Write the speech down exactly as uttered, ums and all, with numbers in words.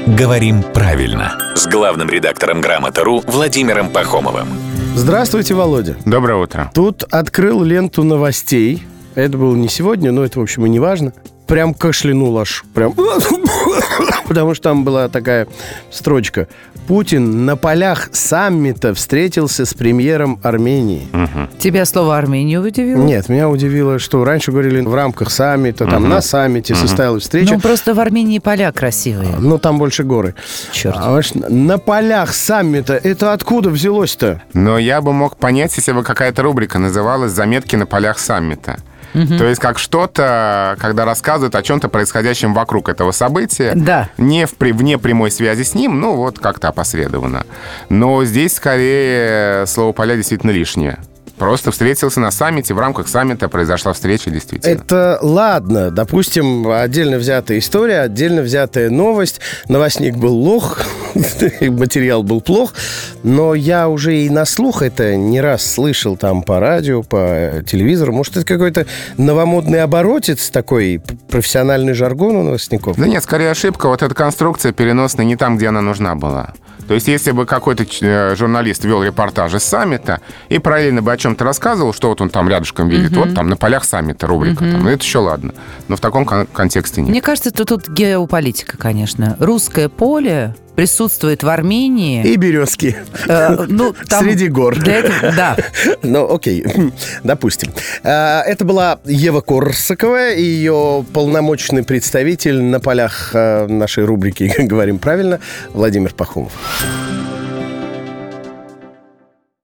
«Говорим правильно» с главным редактором «Грамота.ру» Владимиром Пахомовым. Здравствуйте, Володя. Доброе утро. Тут открыл ленту новостей. Это было не сегодня, но это, в общем, и не важно. Прям кашлянул аж. Прям. Потому что там была такая строчка. Путин на полях саммита встретился с премьером Армении. Угу. Тебя слово «Армению» удивило? Нет, меня удивило, что раньше говорили в рамках саммита, там Угу. на саммите угу. состоялась встреча. Ну, просто в Армении поля красивые. Ну, там больше горы. Черт. А, на полях саммита это откуда взялось-то? Но я бы мог понять, если бы какая-то рубрика называлась «Заметки на полях саммита». Угу. То есть как что-то, когда рассказывают о чем-то происходящем вокруг этого события, да. не в, вне прямой связи с ним, ну вот как-то опосредованно. Но здесь скорее слово «поля» действительно лишнее. Просто встретился на саммите, в рамках саммита произошла встреча, действительно. Это ладно, допустим, отдельно взятая история, отдельно взятая новость. Новостник был лох, материал был плох, но я уже и на слух это не раз слышал там по радио, по телевизору. Может, это какой-то новомодный оборотец такой, профессиональный жаргон у новостников? Да нет, скорее ошибка. Вот эта конструкция переносная не там, где она нужна была. То есть, если бы какой-то журналист вел репортажи с саммита и параллельно бы о чем-то рассказывал, что вот он там рядышком видит, uh-huh. вот там на полях саммита рубрика, uh-huh. там, ну это еще ладно. Но в таком кон- контексте нет. Мне кажется, это тут геополитика, конечно. Русское поле присутствует в Армении. И березки. Э, ну, там среди гор. Для этого, да. Ну, окей, допустим. Это была Ева Корсакова и ее полномочный представитель на полях нашей рубрики «Говорим правильно» Владимир Пахомов.